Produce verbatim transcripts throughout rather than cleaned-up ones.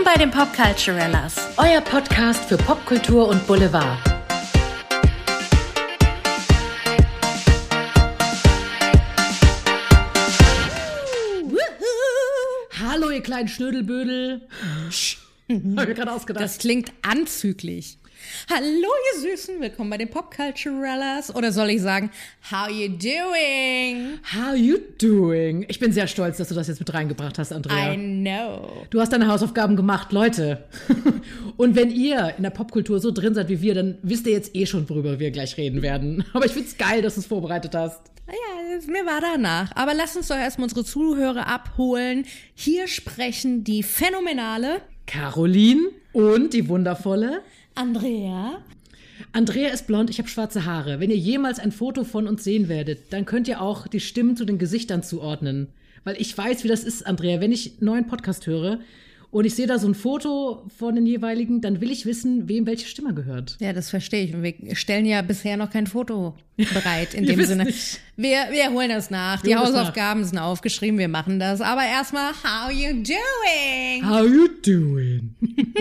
Willkommen bei den Popculturellas, euer Podcast für Popkultur und Boulevard. Hallo, ihr kleinen Schnödelbödel. Hab ich gerade ausgedacht. Das klingt anzüglich. Hallo, ihr Süßen, willkommen bei den Popculturellas. Oder soll ich sagen, how you doing? How you doing? Ich bin sehr stolz, dass du das jetzt mit reingebracht hast, Andrea. I know. Du hast deine Hausaufgaben gemacht, Leute. Und wenn ihr in der Popkultur so drin seid wie wir, dann wisst ihr jetzt eh schon, worüber wir gleich reden werden. Aber ich find's geil, dass du es vorbereitet hast. Ja, mir war danach. Aber lasst uns doch erstmal unsere Zuhörer abholen. Hier sprechen die phänomenale Caroline und die wundervolle Andrea. Andrea ist blond, ich habe schwarze Haare. Wenn ihr jemals ein Foto von uns sehen werdet, dann könnt ihr auch die Stimmen zu den Gesichtern zuordnen. Weil ich weiß, wie das ist, Andrea. Wenn ich einen neuen Podcast höre und ich sehe da so ein Foto von den jeweiligen, dann will ich wissen, wem welche Stimme gehört. Ja, das verstehe ich. Und wir stellen ja bisher noch kein Foto bereit. In dem Sinne, wir, wir holen das nach. Wir Die Hausaufgaben nach. sind aufgeschrieben, wir machen das. Aber erstmal, how you doing? How you doing?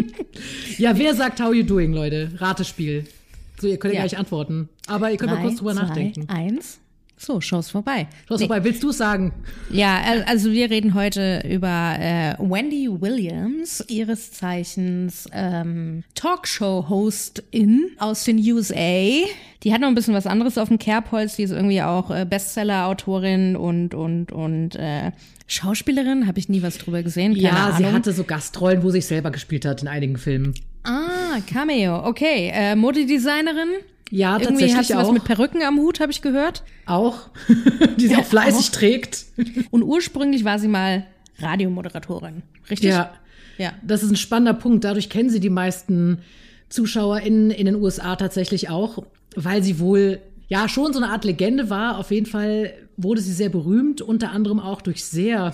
Ja, wer sagt how you doing, Leute? Ratespiel. So, ihr könnt ja gleich antworten. Aber ihr könnt Drei, mal kurz drüber zwei, nachdenken. Eins. So, Show's vorbei. Show's nee. vorbei. Willst du es sagen? Ja, also wir reden heute über äh, Wendy Williams, ihres Zeichens ähm, Talkshow-Hostin aus den U S A. Die hat noch ein bisschen was anderes auf dem Kerbholz. Die ist irgendwie auch äh, Bestseller-Autorin und und und äh, Schauspielerin. Habe ich nie was drüber gesehen. Keine ja, Ahnung. Sie hatte so Gastrollen, wo sie sich selber gespielt hat in einigen Filmen. Ah, Cameo. Okay. Äh, Modedesignerin. Ja, Irgendwie tatsächlich hat sie auch. was mit Perücken am Hut, habe ich gehört. Auch. Die sie ja, auch fleißig auch. trägt. Und ursprünglich war sie mal Radiomoderatorin. Richtig? Ja. ja. Das ist ein spannender Punkt. Dadurch kennen sie die meisten ZuschauerInnen in den U S A tatsächlich auch, weil sie wohl ja schon so eine Art Legende war. Auf jeden Fall wurde sie sehr berühmt, unter anderem auch durch sehr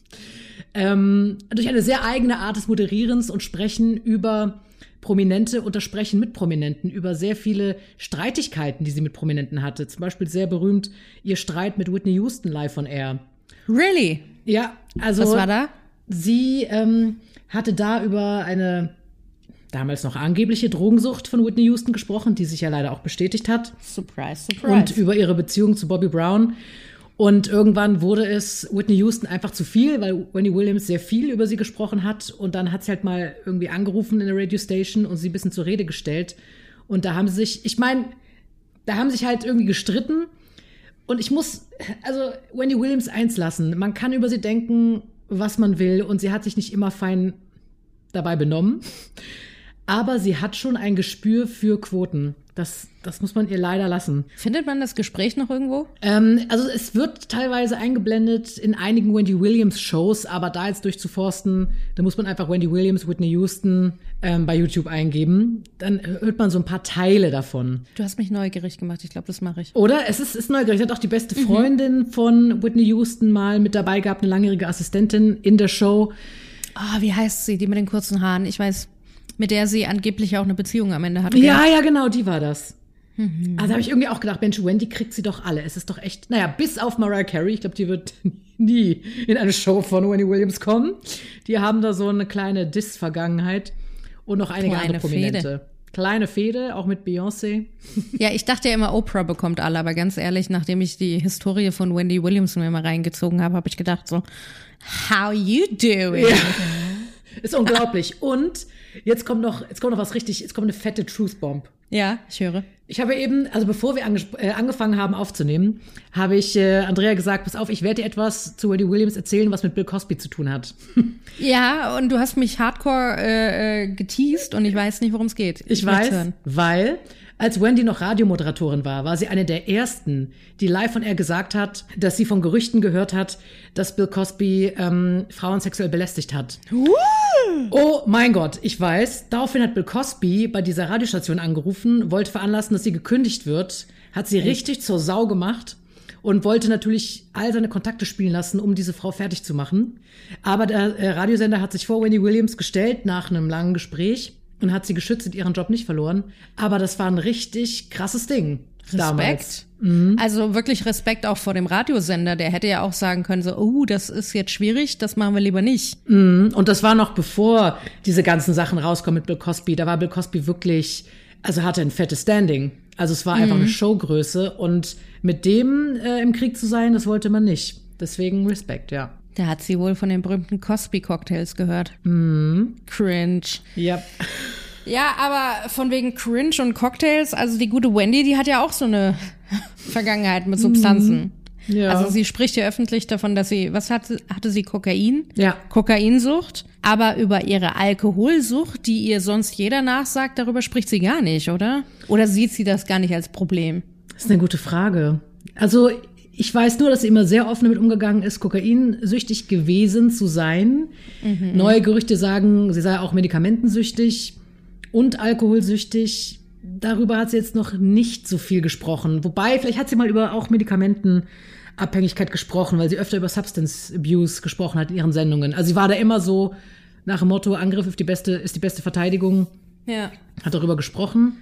ähm, durch eine sehr eigene Art des Moderierens und Sprechen über Prominente und das Sprechen mit Prominenten, über sehr viele Streitigkeiten, die sie mit Prominenten hatte. Zum Beispiel sehr berühmt ihr Streit mit Whitney Houston live on air. Really? Ja, also was war da? Sie ähm, hatte da über eine damals noch angebliche Drogensucht von Whitney Houston gesprochen, die sich ja leider auch bestätigt hat. Surprise, surprise. Und über ihre Beziehung zu Bobby Brown. Und irgendwann wurde es Whitney Houston einfach zu viel, weil Wendy Williams sehr viel über sie gesprochen hat. Und dann hat sie halt mal irgendwie angerufen in der Radiostation und sie ein bisschen zur Rede gestellt. Und da haben sie sich, ich meine, da haben sie sich halt irgendwie gestritten. Und ich muss, also Wendy Williams eins lassen. Man kann über sie denken, was man will. Und sie hat sich nicht immer fein dabei benommen. Aber sie hat schon ein Gespür für Quoten. Das, das muss man ihr leider lassen. Findet man das Gespräch noch irgendwo? Ähm, also es wird teilweise eingeblendet in einigen Wendy Williams-Shows, aber da jetzt durchzuforsten, da muss man einfach Wendy Williams, Whitney Houston ähm, bei YouTube eingeben. Dann hört man so ein paar Teile davon. Du hast mich neugierig gemacht, ich glaube, das mache ich. Oder? Es ist, ist neugierig. Hat auch die beste Freundin mhm. von Whitney Houston mal mit dabei gehabt, eine langjährige Assistentin in der Show. Ah, oh, wie heißt sie? Die mit den kurzen Haaren, ich weiß. Mit der sie angeblich auch eine Beziehung am Ende hatte. Ja, ja, genau, die war das. Mhm. Also habe ich irgendwie auch gedacht, Mensch, Wendy kriegt sie doch alle. Es ist doch echt, naja, bis auf Mariah Carey. Ich glaube, die wird nie in eine Show von Wendy Williams kommen. Die haben da so eine kleine Diss-Vergangenheit und noch einige Kleine andere Prominente. Fehde. Kleine Fehde, auch mit Beyoncé. Ja, ich dachte ja immer, Oprah bekommt alle. Aber ganz ehrlich, nachdem ich die Historie von Wendy Williams mir mal reingezogen habe, habe ich gedacht so, how you doing? Ja. Ist unglaublich. Und jetzt kommt noch, jetzt kommt noch was richtig, jetzt kommt eine fette Truth-Bomb. Ja, ich höre. Ich habe eben, also bevor wir ange- äh, angefangen haben aufzunehmen, habe ich äh, Andrea gesagt, pass auf, ich werde dir etwas zu Wendy Williams erzählen, was mit Bill Cosby zu tun hat. Ja, und du hast mich hardcore äh, geteased und ich weiß nicht, worum es geht. Ich, ich weiß, weil als Wendy noch Radiomoderatorin war, war sie eine der ersten, die live on air gesagt hat, dass sie von Gerüchten gehört hat, dass Bill Cosby ähm, Frauen sexuell belästigt hat. Uh. Oh mein Gott, ich weiß. Daraufhin hat Bill Cosby bei dieser Radiostation angerufen, wollte veranlassen, dass sie gekündigt wird, hat sie richtig zur Sau gemacht und wollte natürlich all seine Kontakte spielen lassen, um diese Frau fertig zu machen. Aber der äh, Radiosender hat sich vor Wendy Williams gestellt nach einem langen Gespräch und hat sie geschützt und ihren Job nicht verloren. Aber das war ein richtig krasses Ding. damals. Mhm. Also wirklich Respekt auch vor dem Radiosender. Der hätte ja auch sagen können, so, oh, das ist jetzt schwierig, das machen wir lieber nicht. Mhm. Und das war noch bevor diese ganzen Sachen rauskommen mit Bill Cosby. Da war Bill Cosby wirklich, also hatte ein fettes Standing. Also es war mhm. einfach eine Showgröße. Und mit dem äh, im Krieg zu sein, das wollte man nicht. Deswegen Respekt, ja. Da hat sie wohl von den berühmten Cosby-Cocktails gehört. Mhm. Cringe. Ja. Ja, aber von wegen Cringe und Cocktails, also die gute Wendy, die hat ja auch so eine Vergangenheit mit Substanzen. Mhm. Ja. Also sie spricht ja öffentlich davon, dass sie, was hatte, hatte sie, Kokain? Ja. Kokainsucht. Aber über ihre Alkoholsucht, die ihr sonst jeder nachsagt, darüber spricht sie gar nicht, oder? Oder sieht sie das gar nicht als Problem? Das ist eine gute Frage. Also ich weiß nur, dass sie immer sehr offen damit umgegangen ist, kokainsüchtig gewesen zu sein. Mhm. Neue Gerüchte sagen, sie sei auch medikamentensüchtig und alkoholsüchtig. Darüber hat sie jetzt noch nicht so viel gesprochen. Wobei, vielleicht hat sie mal über auch Medikamentenabhängigkeit gesprochen, weil sie öfter über Substance Abuse gesprochen hat in ihren Sendungen. Also sie war da immer so nach dem Motto, Angriff ist die beste, ist die beste Verteidigung. Ja. Hat darüber gesprochen,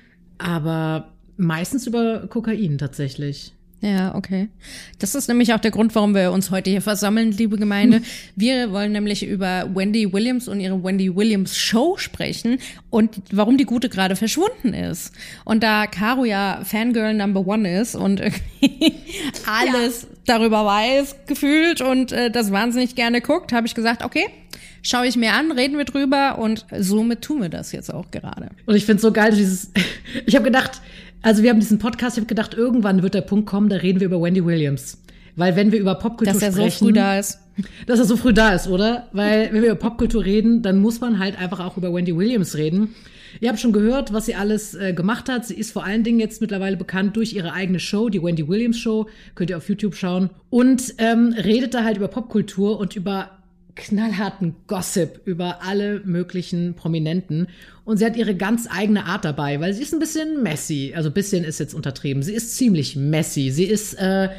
aber meistens über Kokain tatsächlich. Ja, okay. Das ist nämlich auch der Grund, warum wir uns heute hier versammeln, liebe Gemeinde. Wir wollen nämlich über Wendy Williams und ihre Wendy Williams Show sprechen und warum die Gute gerade verschwunden ist. Und da Caro ja Fangirl Number One ist und irgendwie alles ja. darüber weiß, gefühlt und äh, das wahnsinnig gerne guckt, habe ich gesagt, okay, schaue ich mir an, reden wir drüber und somit tun wir das jetzt auch gerade. Und ich finde es so geil, dieses, ich habe gedacht, also wir haben diesen Podcast, ich habe gedacht, irgendwann wird der Punkt kommen, da reden wir über Wendy Williams. Weil wenn wir über Popkultur sprechen... Dass er so früh da ist. Dass er so früh da ist, oder? Weil wenn wir über Popkultur reden, dann muss man halt einfach auch über Wendy Williams reden. Ihr habt schon gehört, was sie alles äh, gemacht hat. Sie ist vor allen Dingen jetzt mittlerweile bekannt durch ihre eigene Show, die Wendy Williams Show. Könnt ihr auf YouTube schauen. Und ähm, redet da halt über Popkultur und über knallharten Gossip über alle möglichen Prominenten. Und sie hat ihre ganz eigene Art dabei, weil sie ist ein bisschen messy. Also ein bisschen ist jetzt untertrieben. Sie ist ziemlich messy. Sie ist äh,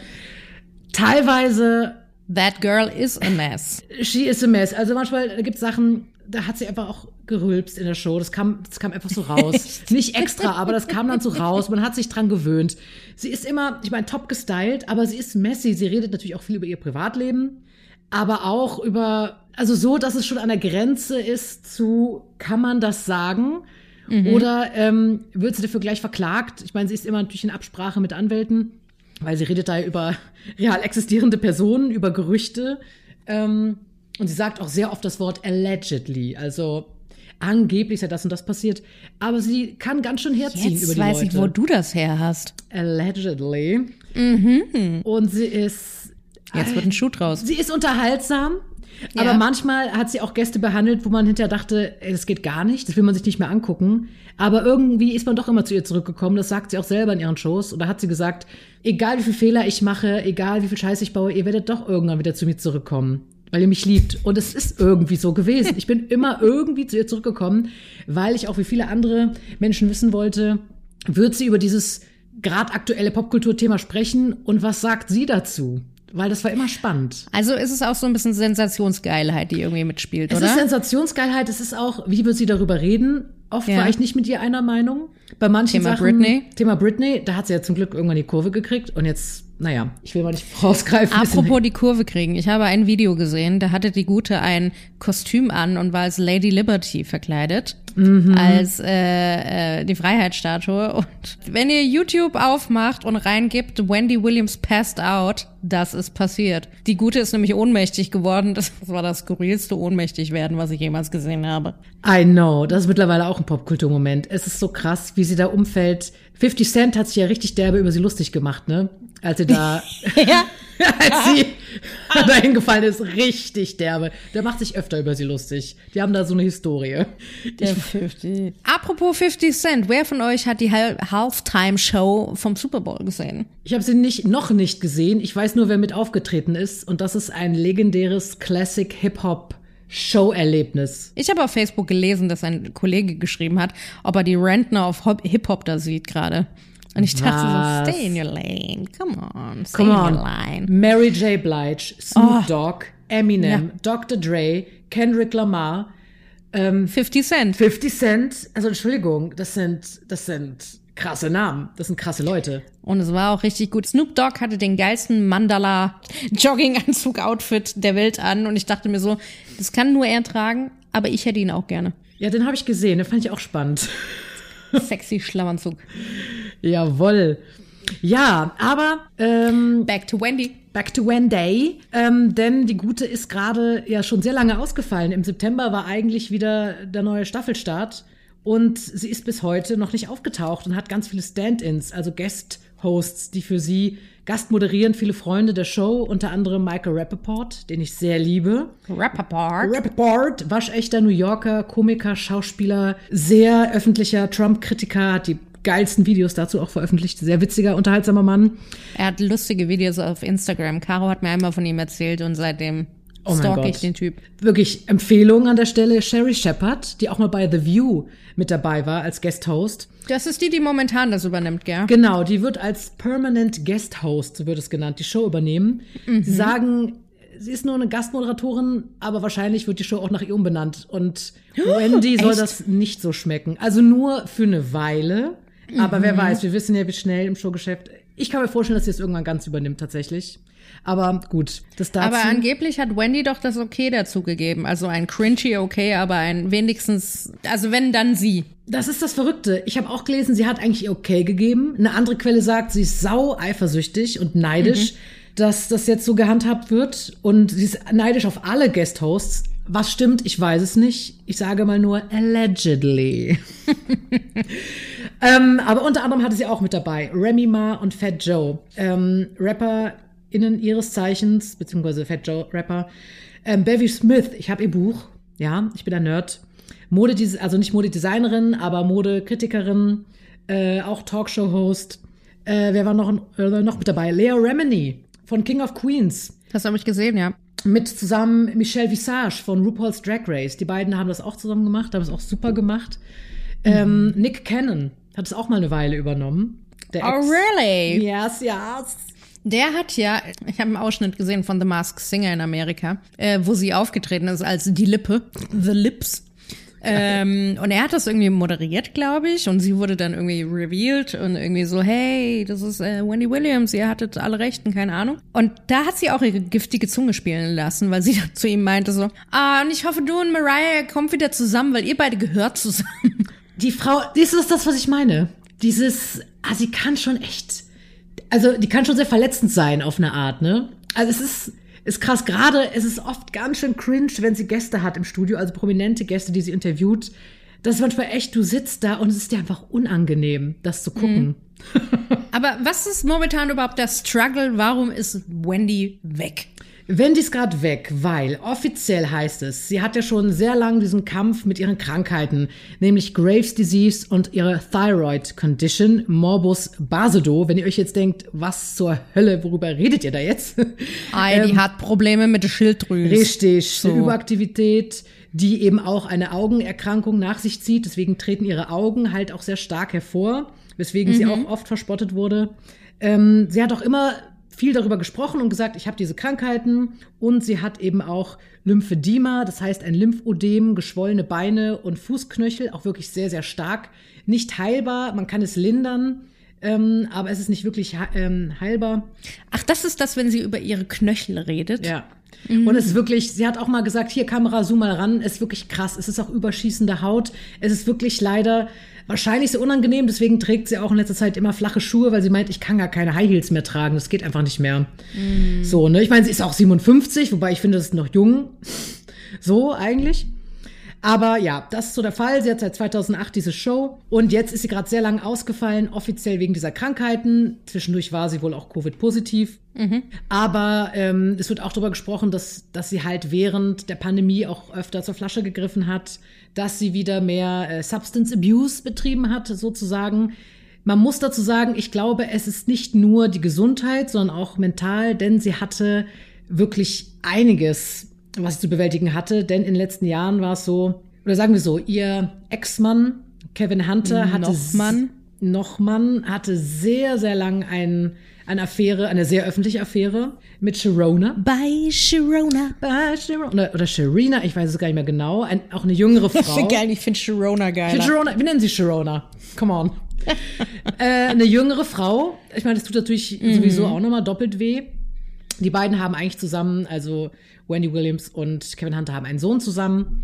teilweise... That girl is a mess. She is a mess. Also manchmal gibt es Sachen, da hat sie einfach auch gerülpst in der Show. Das kam, das kam einfach so raus. Nicht extra, aber das kam dann so raus. Man hat sich dran gewöhnt. Sie ist immer, ich meine, top gestylt, aber sie ist messy. Sie redet natürlich auch viel über ihr Privatleben. Aber auch über, also so, dass es schon an der Grenze ist zu, kann man das sagen? Mhm. Oder ähm, wird sie dafür gleich verklagt? Ich meine, sie ist immer natürlich in Absprache mit Anwälten, weil sie redet da über real existierende Personen, über Gerüchte. Ähm, und sie sagt auch sehr oft das Wort allegedly, also angeblich sei das und das passiert. Aber sie kann ganz schön herziehen Jetzt über die weiß Leute. Ich, wo du das her hast. Allegedly. Mhm. Und sie ist... Jetzt wird ein Schuh draus. Sie ist unterhaltsam, ja. Aber manchmal hat sie auch Gäste behandelt, wo man hinterher dachte, ey, das geht gar nicht, das will man sich nicht mehr angucken. Aber irgendwie ist man doch immer zu ihr zurückgekommen, das sagt sie auch selber in ihren Shows. Oder hat sie gesagt, egal wie viel Fehler ich mache, egal wie viel Scheiß ich baue, ihr werdet doch irgendwann wieder zu mir zurückkommen, weil ihr mich liebt. Und es ist irgendwie so gewesen. Ich bin immer irgendwie zu ihr zurückgekommen, weil ich auch wie viele andere Menschen wissen wollte, wird sie über dieses gerade aktuelle Popkulturthema sprechen und was sagt sie dazu? Weil das war immer spannend. Also ist es auch so ein bisschen Sensationsgeilheit, die irgendwie mitspielt, es oder? Es ist Sensationsgeilheit, es ist auch, wie wird sie darüber reden? Oft ja. war ich nicht mit ihr einer Meinung. Bei manchen Thema Sachen. Britney. Thema Britney, da hat sie ja zum Glück irgendwann die Kurve gekriegt. Und jetzt, naja, ich will mal nicht vorausgreifen. Apropos die Kurve kriegen. Ich habe ein Video gesehen, da hatte die Gute ein Kostüm an und war als Lady Liberty verkleidet. Mhm. Als äh, äh, die Freiheitsstatue. Und wenn ihr YouTube aufmacht und reingibt, Wendy Williams passed out, das ist passiert. Die Gute ist nämlich ohnmächtig geworden. Das war das skurrilste Ohnmächtigwerden, was ich jemals gesehen habe. I know. Das ist mittlerweile auch ein Popkulturmoment. Es ist so krass, wie sie da umfällt. fifty Cent hat sich ja richtig derbe über sie lustig gemacht, ne? Als sie da, ja. als sie da hingefallen ist, richtig derbe. Der macht sich öfter über sie lustig. Die haben da so eine Historie. Der fifty. Apropos fifty Cent, wer von euch hat die Halftime-Show vom Super Bowl gesehen? Ich habe sie nicht, noch nicht gesehen. Ich weiß nur, wer mit aufgetreten ist. Und das ist ein legendäres Classic-Hip-Hop Show-Erlebnis. Ich habe auf Facebook gelesen, dass ein Kollege geschrieben hat, ob er die Rentner auf Hip-Hop da sieht gerade. Und ich dachte Was? so, stay in your lane, come on, stay come in on. your line. Mary J. Blige, Snoop Oh. Dogg, Eminem, Ja. Doktor Dre, Kendrick Lamar, ähm, fifty Cent. fifty Cent. Also Entschuldigung, das sind, das sind krasse Namen. Das sind krasse Leute. Und es war auch richtig gut. Snoop Dogg hatte den geilsten Mandala-Jogginganzug-Outfit der Welt an. Und ich dachte mir so, das kann nur er tragen, aber ich hätte ihn auch gerne. Ja, den habe ich gesehen. Den fand ich auch spannend. Sexy Schlafanzug. Jawohl. Ja, aber ähm, Back to Wendy. Back to Wendy. Ähm, denn die Gute ist gerade ja schon sehr lange ausgefallen. Im September war eigentlich wieder der neue Staffelstart. Und sie ist bis heute noch nicht aufgetaucht und hat ganz viele Stand-ins, also Guest-Hosts, die für sie Gast moderieren. Viele Freunde der Show, unter anderem Michael Rappaport, den ich sehr liebe. Rappaport. Rappaport, waschechter New Yorker, Komiker, Schauspieler, sehr öffentlicher Trump-Kritiker, hat die geilsten Videos dazu auch veröffentlicht. Sehr witziger, unterhaltsamer Mann. Er hat lustige Videos auf Instagram. Caro hat mir einmal von ihm erzählt und seitdem oh stalk ich den Typ. Wirklich Empfehlung an der Stelle. Sherry Shepherd, die auch mal bei The View mit dabei war als Guest-Host. Das ist die, die momentan das übernimmt, gell? Genau, die wird als Permanent Guest-Host, so wird es genannt, die Show übernehmen. Mhm. Sie sagen, sie ist nur eine Gastmoderatorin, aber wahrscheinlich wird die Show auch nach ihr umbenannt. Und Wendy soll Echt? das nicht so schmecken. Also nur für eine Weile. Aber mhm. wer weiß, wir wissen ja, wie schnell im Showgeschäft. Ich kann mir vorstellen, dass sie es irgendwann ganz übernimmt, tatsächlich. Aber gut, das dazu. Aber angeblich hat Wendy doch das Okay dazu gegeben. Also ein cringy Okay, aber ein wenigstens, also wenn, dann sie. Das ist das Verrückte. Ich habe auch gelesen, sie hat eigentlich ihr Okay gegeben. Eine andere Quelle sagt, sie ist sau eifersüchtig und neidisch, mhm. dass das jetzt so gehandhabt wird. Und sie ist neidisch auf alle Guest-Hosts. Was stimmt, ich weiß es nicht. Ich sage mal nur allegedly. ähm, aber unter anderem hatte sie auch mit dabei Remy Ma und Fat Joe. Ähm, RapperInnen ihres Zeichens, beziehungsweise Fat Joe Rapper. Ähm, Bevy Smith, ich habe ihr Buch. Ja, ich bin ein Nerd. Mode, also nicht Modedesignerin, aber Modekritikerin, äh, auch Talkshow-Host. Äh, wer war noch, äh, noch mit dabei? Lea Remini von King of Queens. Das habe ich gesehen, ja. Mit zusammen Michelle Visage von RuPaul's Drag Race. Die beiden haben das auch zusammen gemacht, haben es auch super gemacht. Mhm. Ähm, Nick Cannon hat es auch mal eine Weile übernommen. Der oh, Ex- really? Yes, yes. Der hat ja, ich habe einen Ausschnitt gesehen von The Masked Singer in Amerika, äh, wo sie aufgetreten ist als die Lippe, The Lips. ähm, und er hat das irgendwie moderiert, glaube ich, und sie wurde dann irgendwie revealed und irgendwie so, hey, das ist äh, Wendy Williams, ihr hattet alle Rechten, keine Ahnung. Und da hat sie auch ihre giftige Zunge spielen lassen, weil sie dann zu ihm meinte so, ah, und ich hoffe, du und Mariah kommt wieder zusammen, weil ihr beide gehört zusammen. Die Frau, das ist das, was ich meine. Dieses, ah, sie kann schon echt, also die kann schon sehr verletzend sein auf eine Art, ne? Also es ist... Ist krass, gerade es ist oft ganz schön cringe, wenn sie Gäste hat im Studio, also prominente Gäste, die sie interviewt. Das ist manchmal echt, du sitzt da und es ist dir einfach unangenehm, das zu gucken. Mhm. Aber was ist momentan überhaupt der Struggle? Warum ist Wendy weg? Wendy ist gerade weg, weil offiziell heißt es, sie hat ja schon sehr lange diesen Kampf mit ihren Krankheiten, nämlich Graves' Disease und ihre Thyroid Condition, Morbus Basedow. Wenn ihr euch jetzt denkt, was zur Hölle, worüber redet ihr da jetzt? Ei, die ähm, hat Probleme mit der Schilddrüse. Richtig, so. Eine Überaktivität, die eben auch eine Augenerkrankung nach sich zieht. Deswegen treten ihre Augen halt auch sehr stark hervor, weswegen mhm. sie auch oft verspottet wurde. Ähm, sie hat auch immer viel darüber gesprochen und gesagt, ich habe diese Krankheiten, und sie hat eben auch Lymphedema, das heißt ein Lymphodem, geschwollene Beine und Fußknöchel, auch wirklich sehr, sehr stark. Nicht heilbar, man kann es lindern, ähm, aber es ist nicht wirklich ähm, heilbar. Ach, das ist das, wenn sie über ihre Knöchel redet? Ja. Mhm. Und es ist wirklich, sie hat auch mal gesagt, hier Kamera, zoom mal ran, es ist wirklich krass, es ist auch überschießende Haut, es ist wirklich leider wahrscheinlich sehr unangenehm, deswegen trägt sie auch in letzter Zeit immer flache Schuhe, weil sie meint, ich kann gar keine High Heels mehr tragen, das geht einfach nicht mehr. Mm. So, ne, ich meine, sie ist auch siebenundfünfzig, wobei ich finde, das ist noch jung, so eigentlich. Aber ja, das ist so der Fall. Sie hat seit zweitausendacht diese Show und jetzt ist sie gerade sehr lang ausgefallen, offiziell wegen dieser Krankheiten. Zwischendurch war sie wohl auch Covid-positiv. Mhm. Aber ähm, es wird auch darüber gesprochen, dass, dass sie halt während der Pandemie auch öfter zur Flasche gegriffen hat, dass sie wieder mehr äh, Substance Abuse betrieben hat, sozusagen. Man muss dazu sagen, ich glaube, es ist nicht nur die Gesundheit, sondern auch mental, denn sie hatte wirklich einiges, was sie zu bewältigen hatte, denn in den letzten Jahren war es so, oder sagen wir so, ihr Ex-Mann, Kevin Hunter, hatte Nochmann. Nochmann hatte sehr, sehr lang ein, eine Affäre, eine sehr öffentliche Affäre mit Sharona. Bei Sharona. Bei Sharona. Oder, oder Sharina, ich weiß es gar nicht mehr genau. Ein, auch eine jüngere Frau. Ich finde geil, ich finde Sharona geil. Ich finde Sharona, wie nennen Sie Sharona? Come on. äh, eine jüngere Frau. Ich meine, das tut natürlich mhm. sowieso auch nochmal doppelt weh. Die beiden haben eigentlich zusammen, also Wendy Williams und Kevin Hunter haben einen Sohn zusammen.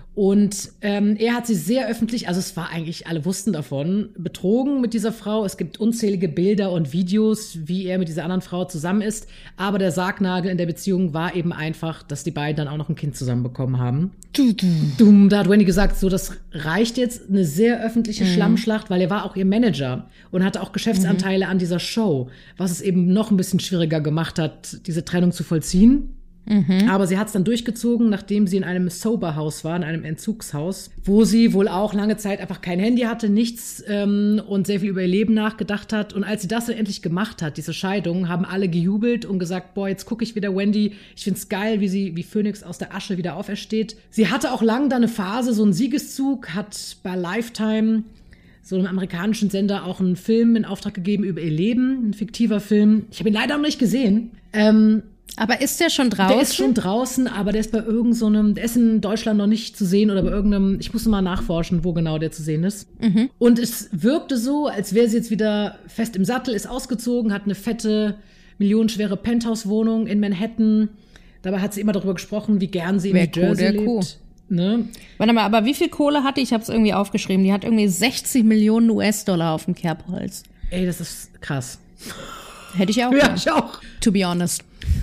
Und ähm, er hat sie sehr öffentlich, also es war eigentlich, alle wussten davon, betrogen mit dieser Frau. Es gibt unzählige Bilder und Videos, wie er mit dieser anderen Frau zusammen ist. Aber der Sargnagel in der Beziehung war eben einfach, dass die beiden dann auch noch ein Kind zusammenbekommen haben. Du, du. Dumm, da hat Wendy gesagt, so, das reicht jetzt, eine sehr öffentliche mhm. Schlammschlacht, weil er war auch ihr Manager und hatte auch Geschäftsanteile mhm. an dieser Show, was es eben noch ein bisschen schwieriger gemacht hat, diese Trennung zu vollziehen. Mhm. Aber sie hat es dann durchgezogen, nachdem sie in einem Sober-Haus war, in einem Entzugshaus, wo sie wohl auch lange Zeit einfach kein Handy hatte, nichts ähm, und sehr viel über ihr Leben nachgedacht hat. Und als sie das dann endlich gemacht hat, diese Scheidung, haben alle gejubelt und gesagt, boah, jetzt gucke ich wieder Wendy. Ich find's geil, wie sie wie Phönix aus der Asche wieder aufersteht. Sie hatte auch lang da eine Phase, so einen Siegeszug, hat bei Lifetime, so einem amerikanischen Sender, auch einen Film in Auftrag gegeben über ihr Leben, ein fiktiver Film. Ich habe ihn leider noch nicht gesehen. Ähm, Aber ist der schon draußen? Der ist schon draußen, aber der ist bei irgendeinem, so der ist in Deutschland noch nicht zu sehen oder bei irgendeinem, ich muss mal nachforschen, wo genau der zu sehen ist. Mhm. Und es wirkte so, als wäre sie jetzt wieder fest im Sattel, ist ausgezogen, hat eine fette, millionenschwere Penthouse-Wohnung in Manhattan. Dabei hat sie immer darüber gesprochen, wie gern sie in New Jersey lebt. Ne? Warte mal, aber wie viel Kohle hat die? Ich habe es irgendwie aufgeschrieben. Die hat irgendwie sechzig Millionen U S-Dollar auf dem Kerbholz. Ey, das ist krass. Hätte ich auch. Ja, ich auch. To be honest.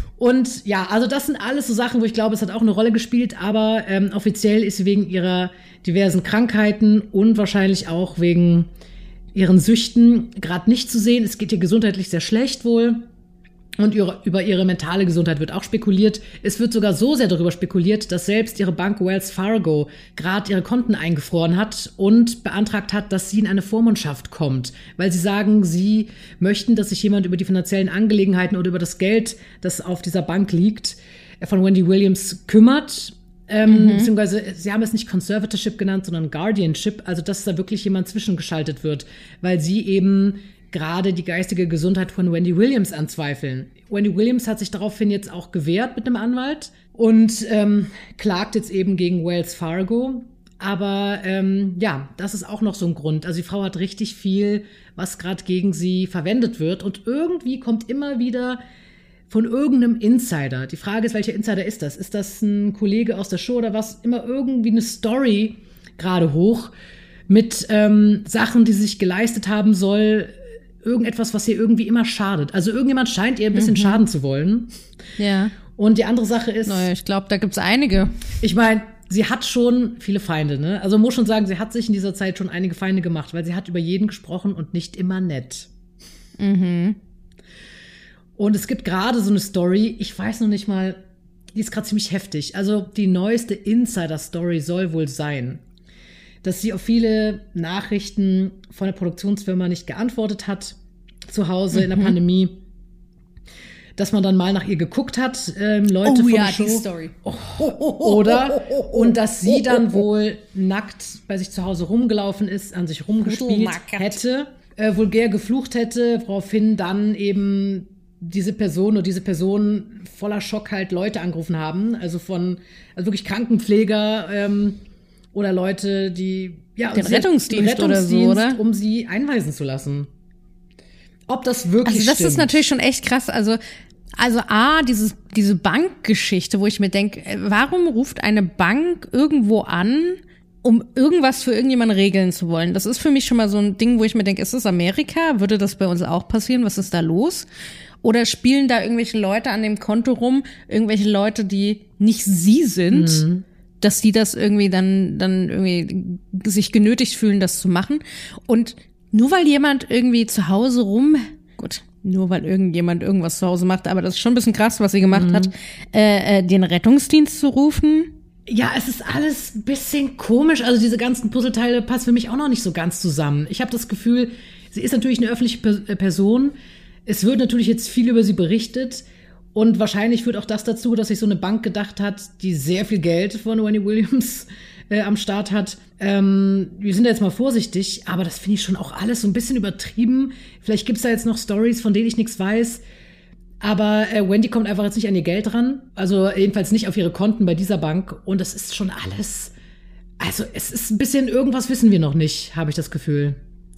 Und ja, also das sind alles so Sachen, wo ich glaube, es hat auch eine Rolle gespielt, aber ähm, offiziell ist sie wegen ihrer diversen Krankheiten und wahrscheinlich auch wegen ihren Süchten gerade nicht zu sehen. Es geht ihr gesundheitlich sehr schlecht wohl. Und ihre, über ihre mentale Gesundheit wird auch spekuliert. Es wird sogar so sehr darüber spekuliert, dass selbst ihre Bank Wells Fargo gerade ihre Konten eingefroren hat und beantragt hat, dass sie in eine Vormundschaft kommt. Weil sie sagen, sie möchten, dass sich jemand über die finanziellen Angelegenheiten oder über das Geld, das auf dieser Bank liegt, von Wendy Williams kümmert. Ähm, mhm. Beziehungsweise, sie haben es nicht Conservatorship genannt, sondern Guardianship. Also, dass da wirklich jemand zwischengeschaltet wird, weil sie eben gerade die geistige Gesundheit von Wendy Williams anzweifeln. Wendy Williams hat sich daraufhin jetzt auch gewehrt mit einem Anwalt und ähm, klagt jetzt eben gegen Wells Fargo. Aber ähm, ja, das ist auch noch so ein Grund. Also die Frau hat richtig viel, was gerade gegen sie verwendet wird. Und irgendwie kommt immer wieder von irgendeinem Insider. Die Frage ist, welcher Insider ist das? Ist das ein Kollege aus der Show oder was? Immer irgendwie eine Story gerade hoch mit ähm, Sachen, die sie sich geleistet haben soll, irgendetwas, was ihr irgendwie immer schadet. Also irgendjemand scheint ihr ein bisschen mhm. schaden zu wollen. Ja. Und die andere Sache ist... Naja, ich glaube, da gibt's einige. Ich meine, sie hat schon viele Feinde, ne? Also muss schon sagen, sie hat sich in dieser Zeit schon einige Feinde gemacht, weil sie hat über jeden gesprochen und nicht immer nett. Mhm. Und es gibt gerade so eine Story, ich weiß noch nicht mal, die ist gerade ziemlich heftig. Also die neueste Insider-Story soll wohl sein, dass sie auf viele Nachrichten von der Produktionsfirma nicht geantwortet hat, zu Hause mhm. in der Pandemie. Dass man dann mal nach ihr geguckt hat, ähm, Leute oh, von ja, der Show. Die Story. Oh, oder? Und dass sie dann wohl nackt bei sich zu Hause rumgelaufen ist, an sich rumgespielt hätte, äh, vulgär geflucht hätte, woraufhin dann eben diese Person oder diese Person voller Schock halt Leute angerufen haben. Also von, also wirklich Krankenpfleger, ähm, oder Leute, die, ja, den Rettungsdienst, Rettungsdienst oder so, oder? Um sie einweisen zu lassen. Ob das wirklich Also das stimmt. ist natürlich schon echt krass. Also, also A, dieses, diese Bankgeschichte, wo ich mir denke, warum ruft eine Bank irgendwo an, um irgendwas für irgendjemanden regeln zu wollen? Das ist für mich schon mal so ein Ding, wo ich mir denke, ist das Amerika? Würde das bei uns auch passieren? Was ist da los? Oder spielen da irgendwelche Leute an dem Konto rum, irgendwelche Leute, die nicht sie sind? Mhm. Dass die das irgendwie dann, dann irgendwie sich genötigt fühlen, das zu machen. Und nur weil jemand irgendwie zu Hause rum, gut, nur weil irgendjemand irgendwas zu Hause macht, aber das ist schon ein bisschen krass, was sie gemacht mhm. hat, äh, äh, den Rettungsdienst zu rufen. Ja, es ist alles ein bisschen komisch. Also diese ganzen Puzzleteile passen für mich auch noch nicht so ganz zusammen. Ich habe das Gefühl, sie ist natürlich eine öffentliche Person. Es wird natürlich jetzt viel über sie berichtet. Und wahrscheinlich führt auch das dazu, dass sich so eine Bank gedacht hat, die sehr viel Geld von Wendy Williams äh, am Start hat. Ähm, wir sind da jetzt mal vorsichtig, aber das finde ich schon auch alles so ein bisschen übertrieben. Vielleicht gibt's da jetzt noch Stories, von denen ich nichts weiß. Aber äh, Wendy kommt einfach jetzt nicht an ihr Geld ran. Also jedenfalls nicht auf ihre Konten bei dieser Bank. Und das ist schon alles, also es ist ein bisschen, irgendwas wissen wir noch nicht, habe ich das Gefühl.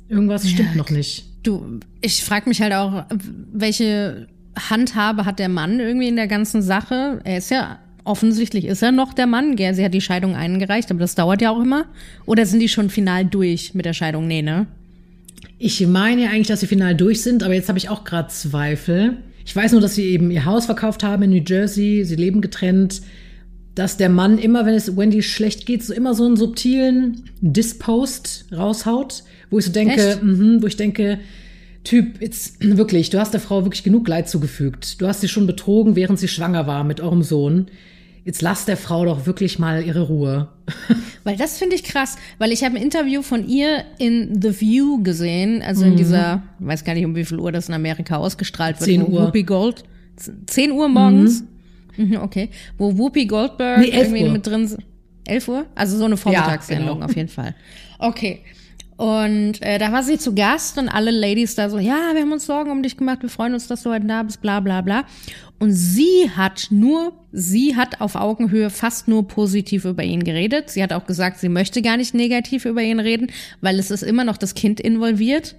Irgendwas stimmt Ja, noch nicht. Du, ich frage mich halt auch, welche Handhabe hat der Mann irgendwie in der ganzen Sache? Er ist ja, offensichtlich ist er noch der Mann. Ja, sie hat die Scheidung eingereicht, aber das dauert ja auch immer. Oder sind die schon final durch mit der Scheidung? Nee, ne? Ich meine ja eigentlich, dass sie final durch sind, aber jetzt habe ich auch gerade Zweifel. Ich weiß nur, dass sie eben ihr Haus verkauft haben in New Jersey, sie leben getrennt, dass der Mann immer, wenn es Wendy schlecht geht, so immer so einen subtilen Dispost raushaut, wo ich so denke, mh, wo ich denke, Typ, jetzt wirklich, du hast der Frau wirklich genug Leid zugefügt. Du hast sie schon betrogen, während sie schwanger war mit eurem Sohn. Jetzt lass der Frau doch wirklich mal ihre Ruhe. Weil das finde ich krass, weil ich habe ein Interview von ihr in The View gesehen, also in mhm. dieser, ich weiß gar nicht, um wie viel Uhr das in Amerika ausgestrahlt wird. zehn Uhr. Whoopi Gold, zehn Uhr morgens? Mhm. Okay. Wo Whoopi Goldberg nee, irgendwie Uhr. mit drin, elf Uhr? Also so eine Vormittagssendung, ja, genau. Auf jeden Fall. Okay. Und äh, da war sie zu Gast und alle Ladies da so, ja, wir haben uns Sorgen um dich gemacht, wir freuen uns, dass du heute da bist, bla bla bla. Und sie hat nur, sie hat auf Augenhöhe fast nur positiv über ihn geredet. Sie hat auch gesagt, sie möchte gar nicht negativ über ihn reden, weil es ist immer noch das Kind involviert.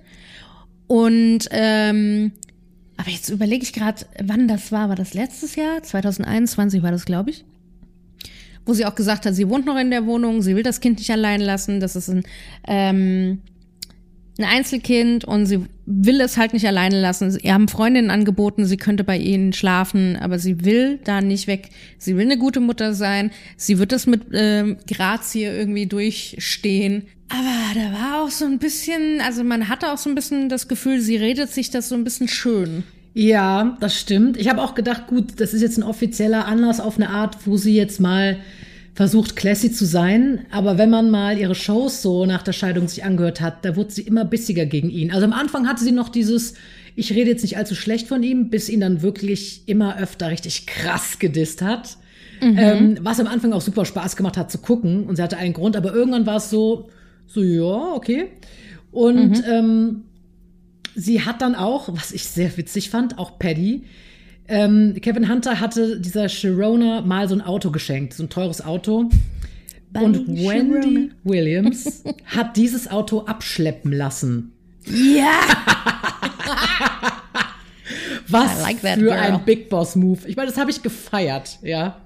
Und ähm, aber jetzt überlege ich gerade, wann das war. War das letztes Jahr? zwanzig einundzwanzig war das, glaube ich. Wo sie auch gesagt hat, sie wohnt noch in der Wohnung, sie will das Kind nicht allein lassen, das ist ein, ähm, ein Einzelkind und sie will es halt nicht alleine lassen. Sie haben Freundinnen angeboten, sie könnte bei ihnen schlafen, aber sie will da nicht weg. Sie will eine gute Mutter sein, sie wird das mit ähm, Grazie irgendwie durchstehen. Aber da war auch so ein bisschen, also man hatte auch so ein bisschen das Gefühl, sie redet sich das so ein bisschen schön. Ja, das stimmt. Ich habe auch gedacht, gut, das ist jetzt ein offizieller Anlass auf eine Art, wo sie jetzt mal versucht, classy zu sein. Aber wenn man mal ihre Shows so nach der Scheidung sich angehört hat, da wurde sie immer bissiger gegen ihn. Also am Anfang hatte sie noch dieses, ich rede jetzt nicht allzu schlecht von ihm, bis ihn dann wirklich immer öfter richtig krass gedisst hat. Mhm. Ähm, was am Anfang auch super Spaß gemacht hat zu gucken. Und sie hatte einen Grund, aber irgendwann war es so, so ja, okay. Und mhm. ähm, sie hat dann auch, was ich sehr witzig fand, auch Paddy, ähm, Kevin Hunter hatte dieser Sharona mal so ein Auto geschenkt, so ein teures Auto. Bei und Wendy Sharona. Williams hat dieses Auto abschleppen lassen. Ja! Was like für girl. ein Big Boss Move. Ich meine, das habe ich gefeiert, ja.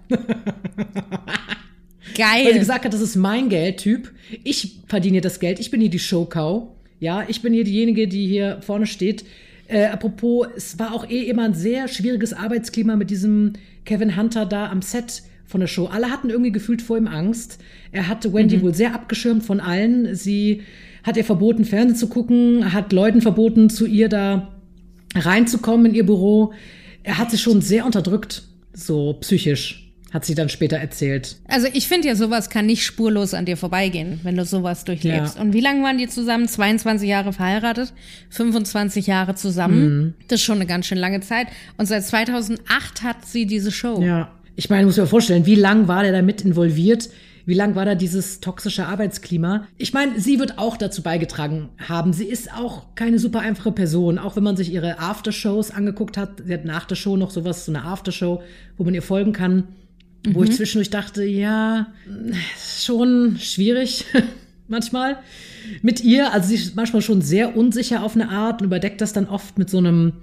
Geil. Weil sie gesagt hat, das ist mein Geld, Typ. Ich verdiene das Geld, ich bin hier die Showcow. Ja, ich bin hier diejenige, die hier vorne steht. Äh, apropos, es war auch eh immer ein sehr schwieriges Arbeitsklima mit diesem Kevin Hunter da am Set von der Show. Alle hatten irgendwie gefühlt vor ihm Angst. Er hatte Wendy mhm. wohl sehr abgeschirmt von allen. Sie hat ihr verboten, Fernsehen zu gucken, hat Leuten verboten, zu ihr da reinzukommen in ihr Büro. Er hat sie schon sehr unterdrückt, so psychisch. Hat sie dann später erzählt. Also ich finde ja, sowas kann nicht spurlos an dir vorbeigehen, wenn du sowas durchlebst. Ja. Und wie lange waren die zusammen? zweiundzwanzig Jahre verheiratet, fünfundzwanzig Jahre zusammen. Mhm. Das ist schon eine ganz schön lange Zeit. Und seit zweitausendacht hat sie diese Show. Ja, ich meine, muss mir vorstellen, wie lang war der damit involviert? Wie lang war da dieses toxische Arbeitsklima? Ich meine, sie wird auch dazu beigetragen haben. Sie ist auch keine super einfache Person. Auch wenn man sich ihre Aftershows angeguckt hat. Sie hat nach der Show noch sowas, so eine Aftershow, wo man ihr folgen kann. Wo mhm. ich zwischendurch dachte, ja, schon schwierig manchmal mit ihr. Also sie ist manchmal schon sehr unsicher auf eine Art und überdeckt das dann oft mit so einem,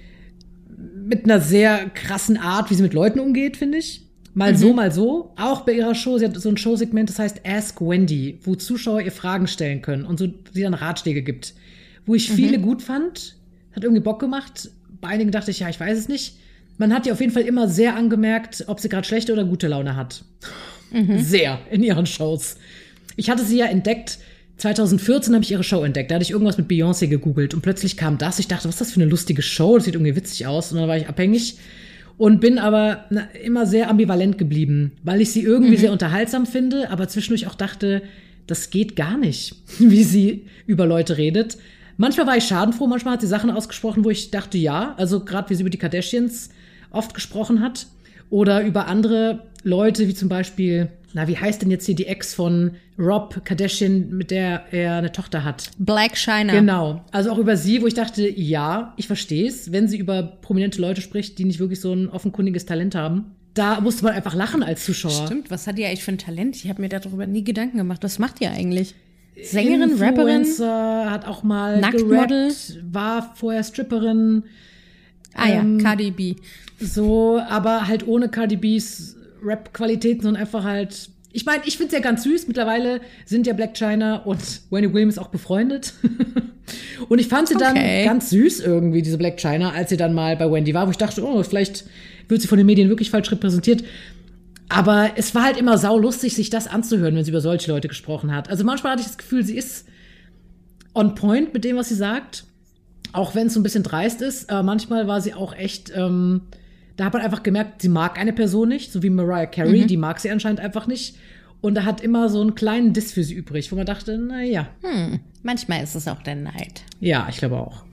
mit einer sehr krassen Art, wie sie mit Leuten umgeht, finde ich. Mal mhm. so, mal so. Auch bei ihrer Show, sie hat so ein Showsegment, das heißt Ask Wendy, wo Zuschauer ihr Fragen stellen können und so sie dann Ratschläge gibt. Wo ich mhm. viele gut fand, hat irgendwie Bock gemacht. Bei einigen dachte ich, ja, ich weiß es nicht. Man hat ihr auf jeden Fall immer sehr angemerkt, ob sie gerade schlechte oder gute Laune hat. Mhm. Sehr, in ihren Shows. Ich hatte sie ja entdeckt, zweitausendvierzehn habe ich ihre Show entdeckt. Da hatte ich irgendwas mit Beyoncé gegoogelt und plötzlich kam das. Ich dachte, was ist das für eine lustige Show? Das sieht irgendwie witzig aus. Und dann war ich abhängig und bin aber na, immer sehr ambivalent geblieben, weil ich sie irgendwie mhm. sehr unterhaltsam finde, aber zwischendurch auch dachte, das geht gar nicht, wie sie über Leute redet. Manchmal war ich schadenfroh, manchmal hat sie Sachen ausgesprochen, wo ich dachte, ja, also gerade wie sie über die Kardashians oft gesprochen hat oder über andere Leute, wie zum Beispiel, na, wie heißt denn jetzt hier die Ex von Rob Kardashian, mit der er eine Tochter hat? Blac Chyna. Genau, also auch über sie, wo ich dachte, ja, ich verstehe es, wenn sie über prominente Leute spricht, die nicht wirklich so ein offenkundiges Talent haben. Da musste man einfach lachen als Zuschauer. Stimmt, was hat die eigentlich für ein Talent? Ich habe mir darüber nie Gedanken gemacht. Was macht die eigentlich? Sängerin, Rapperin, Influencer, hat auch mal Nacktmodel, gerappt, war vorher Stripperin. Ah ähm, ja, Cardi B. So, aber halt ohne Cardi B's Rap-Qualitäten, sondern einfach halt. Ich meine, ich finde es ja ganz süß. Mittlerweile sind ja Blac Chyna und Wendy Williams auch befreundet. Und ich fand sie dann Okay. ganz süß irgendwie, diese Blac Chyna, als sie dann mal bei Wendy war, wo ich dachte, oh, vielleicht wird sie von den Medien wirklich falsch repräsentiert. Aber es war halt immer saulustig, sich das anzuhören, wenn sie über solche Leute gesprochen hat. Also manchmal hatte ich das Gefühl, sie ist on point mit dem, was sie sagt. Auch wenn es so ein bisschen dreist ist. Aber manchmal war sie auch echt, ähm, da hat man einfach gemerkt, sie mag eine Person nicht. So wie Mariah Carey, Mhm. die mag sie anscheinend einfach nicht. Und da hat immer so einen kleinen Diss für sie übrig, wo man dachte, na ja. Hm. Manchmal ist es auch der Neid. Ja, ich glaube auch.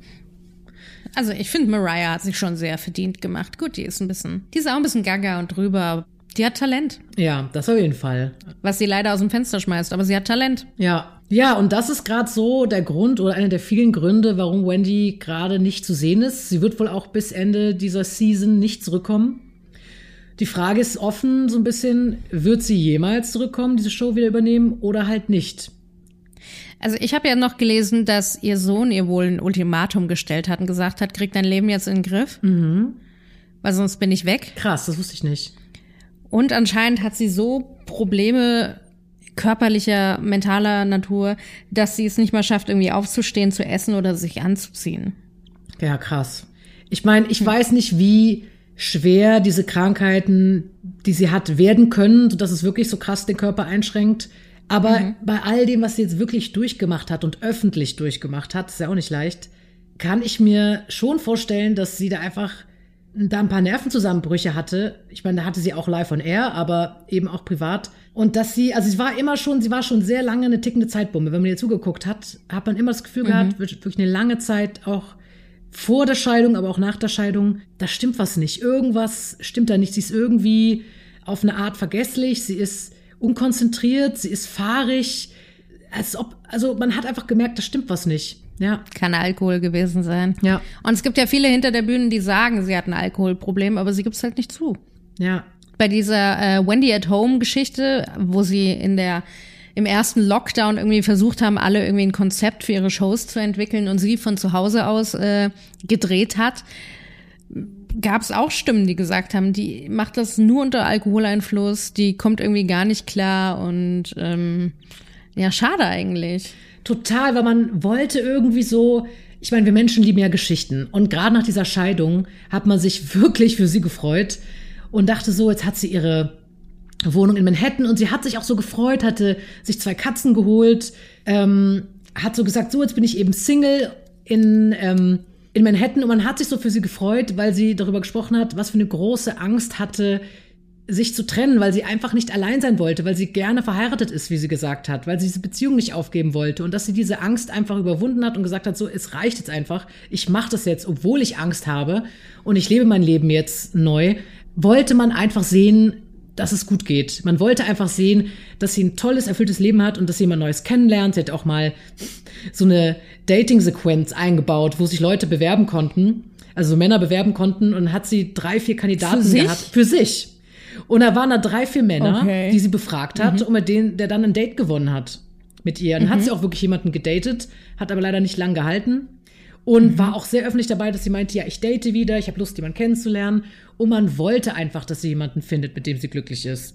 Also ich finde, Mariah hat sich schon sehr verdient gemacht. Gut, die ist ein bisschen, die ist auch ein bisschen gaga und drüber. Aber die hat Talent, Ja, das auf jeden Fall. was sie leider aus dem Fenster schmeißt. Aber sie hat Talent. Ja. Ja, und das ist gerade so der Grund oder einer der vielen Gründe, warum Wendy gerade nicht zu sehen ist. Sie wird wohl auch bis Ende dieser Season nicht zurückkommen. Die Frage ist offen so ein bisschen, wird sie jemals zurückkommen, diese Show wieder übernehmen oder halt nicht? Also ich habe ja noch gelesen, dass ihr Sohn ihr wohl ein Ultimatum gestellt hat und gesagt hat, krieg dein Leben jetzt in den Griff, Mhm. weil sonst bin ich weg. Krass, das wusste ich nicht. Und anscheinend hat sie so Probleme körperlicher, mentaler Natur, dass sie es nicht mal schafft, irgendwie aufzustehen, zu essen oder sich anzuziehen. Ja, krass. Ich meine, ich weiß nicht, wie schwer diese Krankheiten, die sie hat, werden können, sodass es wirklich so krass den Körper einschränkt. Aber Mhm. bei all dem, was sie jetzt wirklich durchgemacht hat und öffentlich durchgemacht hat, ist ja auch nicht leicht, kann ich mir schon vorstellen, dass sie da einfach da ein paar Nervenzusammenbrüche hatte. Ich meine, da hatte sie auch live on air, aber eben auch privat. Und dass sie, also sie war immer schon, sie war schon sehr lange eine tickende Zeitbombe. Wenn man ihr zugeguckt hat, hat man immer das Gefühl Mhm. gehabt, wirklich eine lange Zeit auch vor der Scheidung, aber auch nach der Scheidung, da stimmt was nicht. Irgendwas stimmt da nicht. Sie ist irgendwie auf eine Art vergesslich. Sie ist unkonzentriert. Sie ist fahrig. Als ob, also man hat einfach gemerkt, da stimmt was nicht. Ja. Kann Alkohol gewesen sein. Ja. Und es gibt ja viele hinter der Bühne, die sagen, sie hat ein Alkoholproblem, aber sie gibt es halt nicht zu. Ja. Bei dieser äh, Wendy at Home Geschichte, wo sie in der im ersten Lockdown irgendwie versucht haben, alle irgendwie ein Konzept für ihre Shows zu entwickeln und sie von zu Hause aus äh, gedreht hat, gab es auch Stimmen, die gesagt haben, die macht das nur unter Alkoholeinfluss, die kommt irgendwie gar nicht klar und ähm, ja, schade eigentlich. Total, weil man wollte irgendwie so, ich meine, wir Menschen lieben ja Geschichten. Und gerade nach dieser Scheidung hat man sich wirklich für sie gefreut und dachte so, jetzt hat sie ihre Wohnung in Manhattan und sie hat sich auch so gefreut, hatte sich zwei Katzen geholt, ähm, hat so gesagt, so, jetzt bin ich eben Single in, ähm, in Manhattan und man hat sich so für sie gefreut, weil sie darüber gesprochen hat, was für eine große Angst hatte, sich zu trennen, weil sie einfach nicht allein sein wollte, weil sie gerne verheiratet ist, wie sie gesagt hat, weil sie diese Beziehung nicht aufgeben wollte und dass sie diese Angst einfach überwunden hat und gesagt hat, so, es reicht jetzt einfach, ich mache das jetzt, obwohl ich Angst habe und ich lebe mein Leben jetzt neu, wollte man einfach sehen, dass es gut geht. Man wollte einfach sehen, dass sie ein tolles, erfülltes Leben hat und dass sie jemand Neues kennenlernt. Sie hat auch mal so eine Dating-Sequenz eingebaut, wo sich Leute bewerben konnten, also Männer bewerben konnten und hat sie drei, vier Kandidaten Für sich? gehabt. Für sich. Und da waren da drei, vier Männer, Okay. die sie befragt hat Mhm. und mit denen, der dann ein Date gewonnen hat mit ihr. Dann Mhm. hat sie auch wirklich jemanden gedatet, hat aber leider nicht lang gehalten und Mhm. war auch sehr öffentlich dabei, dass sie meinte, ja, ich date wieder, ich habe Lust, jemanden kennenzulernen. Und man wollte einfach, dass sie jemanden findet, mit dem sie glücklich ist.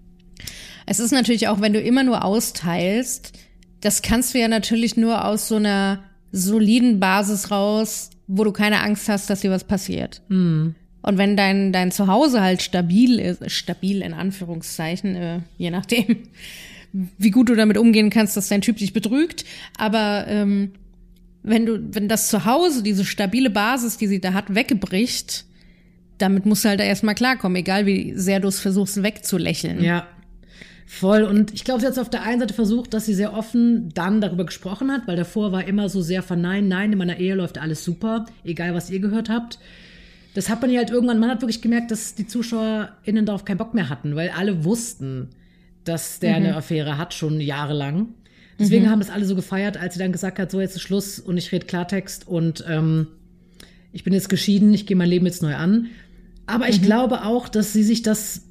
Es ist natürlich auch, wenn du immer nur austeilst, das kannst du ja natürlich nur aus so einer soliden Basis raus, wo du keine Angst hast, dass dir was passiert. Mhm. Und wenn dein, dein Zuhause halt stabil ist, stabil in Anführungszeichen, äh, je nachdem, wie gut du damit umgehen kannst, dass dein Typ dich betrügt, aber ähm, wenn du, wenn das Zuhause, diese stabile Basis, die sie da hat, wegbricht, damit musst du halt erstmal klarkommen, egal wie sehr du es versuchst wegzulächeln. Ja, voll. Und ich glaube, sie hat es auf der einen Seite versucht, dass sie sehr offen dann darüber gesprochen hat, weil davor war immer so sehr verneint, nein, in meiner Ehe läuft alles super, egal was ihr gehört habt. Das hat man ja halt irgendwann, man hat wirklich gemerkt, dass die ZuschauerInnen darauf keinen Bock mehr hatten, weil alle wussten, dass der Mhm. eine Affäre hat, schon jahrelang. Deswegen Mhm. haben das alle so gefeiert, als sie dann gesagt hat, so, jetzt ist Schluss und ich rede Klartext und ähm, ich bin jetzt geschieden, ich gehe mein Leben jetzt neu an. Aber ich Mhm. glaube auch, dass sie sich das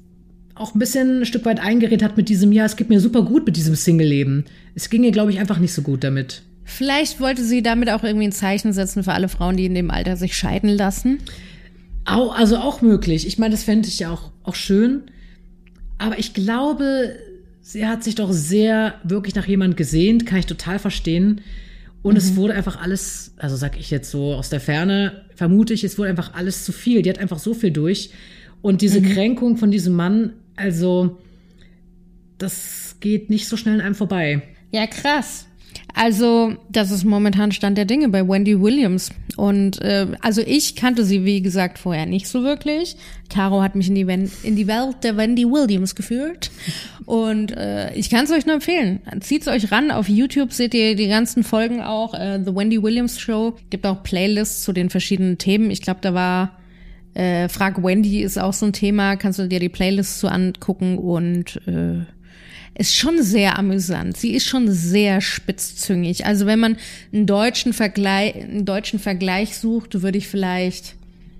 auch ein bisschen ein Stück weit eingeredet hat mit diesem, ja, es geht mir super gut mit diesem Single-Leben. Es ging ihr, glaube ich, einfach nicht so gut damit. Vielleicht wollte sie damit auch irgendwie ein Zeichen setzen für alle Frauen, die in dem Alter sich scheiden lassen. Auch, also auch möglich. Ich meine, das fände ich ja auch, auch schön. Aber ich glaube, sie hat sich doch sehr wirklich nach jemandem gesehnt, kann ich total verstehen. Und mhm. es wurde einfach alles, also sag ich jetzt so aus der Ferne, vermute ich, es wurde einfach alles zu viel. Die hat einfach so viel durch. Und diese mhm. Kränkung von diesem Mann, also das geht nicht so schnell an einem vorbei. Ja, krass. Also, das ist momentan Stand der Dinge bei Wendy Williams. Und äh, also ich kannte sie, wie gesagt, vorher nicht so wirklich. Caro hat mich in die, Wen- in die Welt der Wendy Williams geführt. Und äh, ich kann es euch nur empfehlen. Zieht's euch ran. Auf YouTube seht ihr die ganzen Folgen auch. Äh, The Wendy Williams Show. Gibt auch Playlists zu den verschiedenen Themen. Ich glaube, da war äh, Frag Wendy ist auch so ein Thema. Kannst du dir die Playlists so angucken und äh, ist schon sehr amüsant. Sie ist schon sehr spitzzüngig. Also wenn man einen deutschen Vergleich, einen deutschen Vergleich sucht, würde ich vielleicht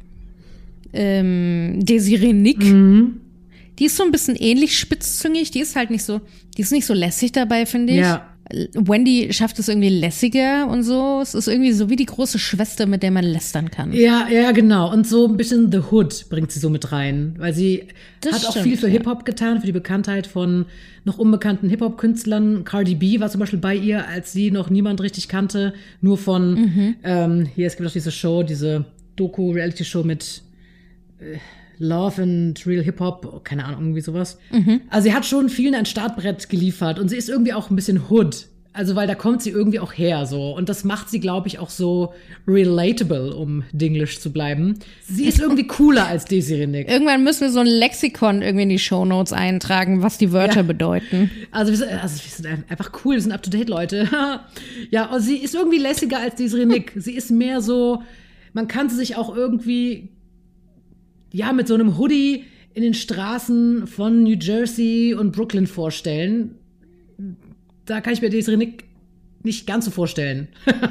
ähm, Desiree Nick. Mhm. Die ist so ein bisschen ähnlich spitzzüngig. Die ist halt nicht so, die ist nicht so lässig dabei, finde ich. Ja. Wendy schafft es irgendwie lässiger und so. Es ist irgendwie so wie die große Schwester, mit der man lästern kann. Ja, ja, genau. Und so ein bisschen The Hood bringt sie so mit rein. Weil sie das hat stimmt, auch viel für ja. Hip-Hop getan, für die Bekanntheit von noch unbekannten Hip-Hop-Künstlern. Cardi B war zum Beispiel bei ihr, als sie noch niemand richtig kannte. Nur von, mhm. ähm, hier, es gibt auch diese Show, diese Doku-Reality-Show mit äh, Love and Real Hip-Hop, keine Ahnung, irgendwie sowas. Mhm. Also sie hat schon vielen ein Startbrett geliefert und sie ist irgendwie auch ein bisschen Hood. Also weil da kommt sie irgendwie auch her so. Und das macht sie, glaube ich, auch so relatable, um Dinglish zu bleiben. Sie ist irgendwie cooler als Desiree Nick. Irgendwann müssen wir so ein Lexikon irgendwie in die Shownotes eintragen, was die Wörter ja. bedeuten. Also wir, sind, also wir sind einfach cool, wir sind up-to-date, Leute. Ja, und sie ist irgendwie lässiger als Desiree Nick. Sie ist mehr so, man kann sie sich auch irgendwie ja, mit so einem Hoodie in den Straßen von New Jersey und Brooklyn vorstellen. Da kann ich mir Desiree Nick nicht ganz so vorstellen.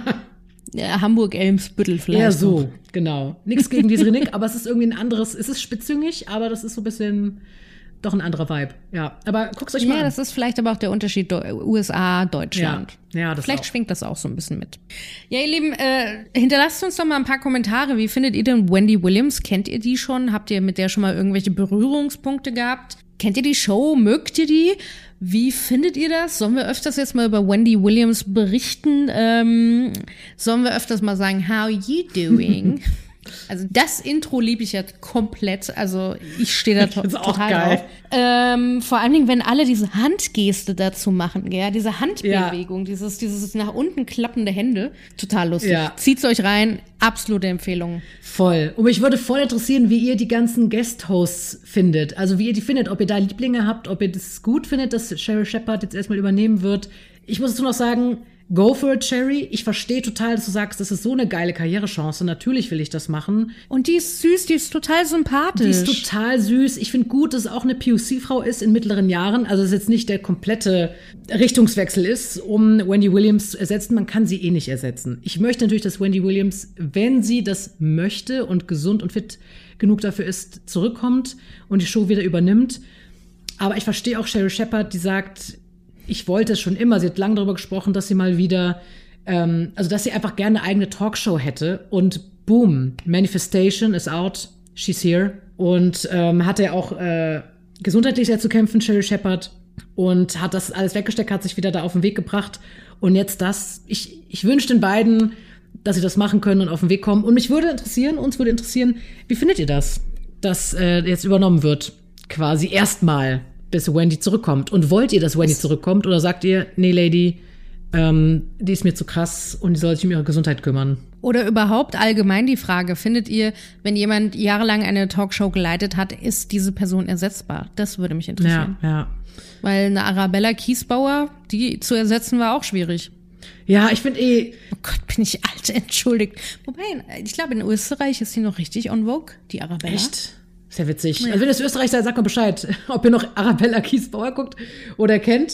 Ja, Hamburg-Elmsbüttel vielleicht. Ja, so, noch. Genau. Nichts gegen Desiree Nick, aber es ist irgendwie ein anderes, es ist spitzzüngig, aber das ist so ein bisschen doch ein anderer Vibe. Ja, aber guckt's euch mal ja, an. Ja, das ist vielleicht aber auch der Unterschied U S A, Deutschland. Ja, ja das Vielleicht auch. schwingt das auch so ein bisschen mit. Ja, ihr Lieben, äh, hinterlasst uns doch mal ein paar Kommentare. Wie findet ihr denn Wendy Williams? Kennt ihr die schon? Habt ihr mit der schon mal irgendwelche Berührungspunkte gehabt? Kennt ihr die Show? Mögt ihr die? Wie findet ihr das? Sollen wir öfters jetzt mal über Wendy Williams berichten? Ähm, sollen wir öfters mal sagen, how you doing? Also das Intro liebe ich ja komplett. Also ich stehe da to- total geil. drauf. Ähm, vor allen Dingen, wenn alle diese Handgeste dazu machen, ja, diese Handbewegung, ja. dieses, dieses nach unten klappende Hände. Total lustig. Ja. Zieht's euch rein. Absolute Empfehlung. Voll. Und mich würde voll interessieren, wie ihr die ganzen Guest-Hosts findet. Also wie ihr die findet. Ob ihr da Lieblinge habt, ob ihr das gut findet, dass Sherri Shepherd jetzt erstmal übernehmen wird. Ich muss dazu noch sagen, go for it, Sherri. Ich verstehe total, dass du sagst, das ist so eine geile Karrierechance. Natürlich will ich das machen. Und die ist süß, die ist total sympathisch. Die ist total süß. Ich finde gut, dass es auch eine P O C-Frau ist in mittleren Jahren. Also dass es jetzt nicht der komplette Richtungswechsel ist, um Wendy Williams zu ersetzen. Man kann sie eh nicht ersetzen. Ich möchte natürlich, dass Wendy Williams, wenn sie das möchte und gesund und fit genug dafür ist, zurückkommt und die Show wieder übernimmt. Aber ich verstehe auch Sherri Shepherd, die sagt, ich wollte es schon immer. Sie hat lange darüber gesprochen, dass sie mal wieder, ähm, also dass sie einfach gerne eine eigene Talkshow hätte. Und boom, Manifestation is out, she's here. Und ähm, hatte ja auch äh, gesundheitlich sehr zu kämpfen, Sherri Shepherd. Und hat das alles weggesteckt, hat sich wieder da auf den Weg gebracht. Und jetzt das. Ich, ich wünsche den beiden, dass sie das machen können und auf den Weg kommen. Und mich würde interessieren, uns würde interessieren, wie findet ihr das, dass äh, jetzt übernommen wird? Quasi erstmal, bis Wendy zurückkommt. Und wollt ihr, dass Wendy zurückkommt? Oder sagt ihr, nee, Lady, ähm, die ist mir zu krass und die soll sich um ihre Gesundheit kümmern? Oder überhaupt allgemein die Frage, findet ihr, wenn jemand jahrelang eine Talkshow geleitet hat, ist diese Person ersetzbar? Das würde mich interessieren. Ja, ja. Weil eine Arabella Kiesbauer, die zu ersetzen, war auch schwierig. Ja, ich finde eh... Oh Gott, bin ich alt, entschuldigt. Wobei, ich glaube, in Österreich ist die noch richtig on vogue, die Arabella. Echt? Sehr witzig. Ja. Also wenn es Österreich seid, sagt mal Bescheid, ob ihr noch Arabella Kiesbauer guckt oder kennt.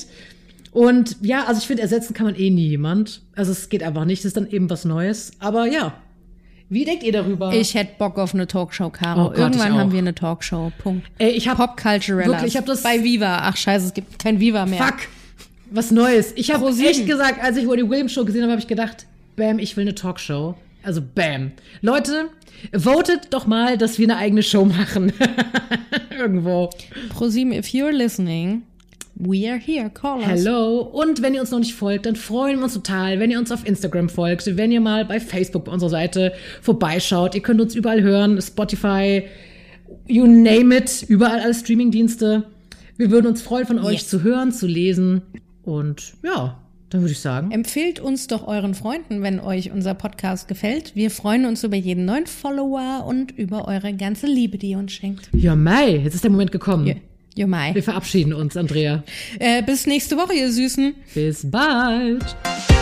Und ja, also ich finde, ersetzen kann man eh nie jemand. Also es geht einfach nicht, es ist dann eben was Neues. Aber ja, Wie denkt ihr darüber? Ich hätte Bock auf eine Talkshow, Caro. Oh Gott, Irgendwann ich auch. haben wir eine Talkshow. Punkt. Ey, ich hab Pop Culturellas. wirklich, ich hab das bei Viva. Ach scheiße, es gibt kein Viva mehr. Fuck, was Neues. Ich habe ProSieben. echt gesagt, als ich Wendy Williams Show gesehen habe, habe ich gedacht, bam, ich will eine Talkshow. Also bam. Leute, votet doch mal, dass wir eine eigene Show machen. Irgendwo. ProSieben, if you're listening, we are here. Call us. Hello. Und wenn ihr uns noch nicht folgt, dann freuen wir uns total, wenn ihr uns auf Instagram folgt, wenn ihr mal bei Facebook bei unserer Seite vorbeischaut. Ihr könnt uns überall hören, Spotify, you name it, überall alle Streamingdienste. Wir würden uns freuen, von euch Yes. zu hören, zu lesen. Und ja, dann würde ich sagen. Empfehlt uns doch euren Freunden, wenn euch unser Podcast gefällt. Wir freuen uns über jeden neuen Follower und über eure ganze Liebe, die ihr uns schenkt. Ja, Mai, jetzt ist der Moment gekommen. Ja, ja, Mai. Wir verabschieden uns, Andrea. Äh, bis nächste Woche, ihr Süßen. Bis bald.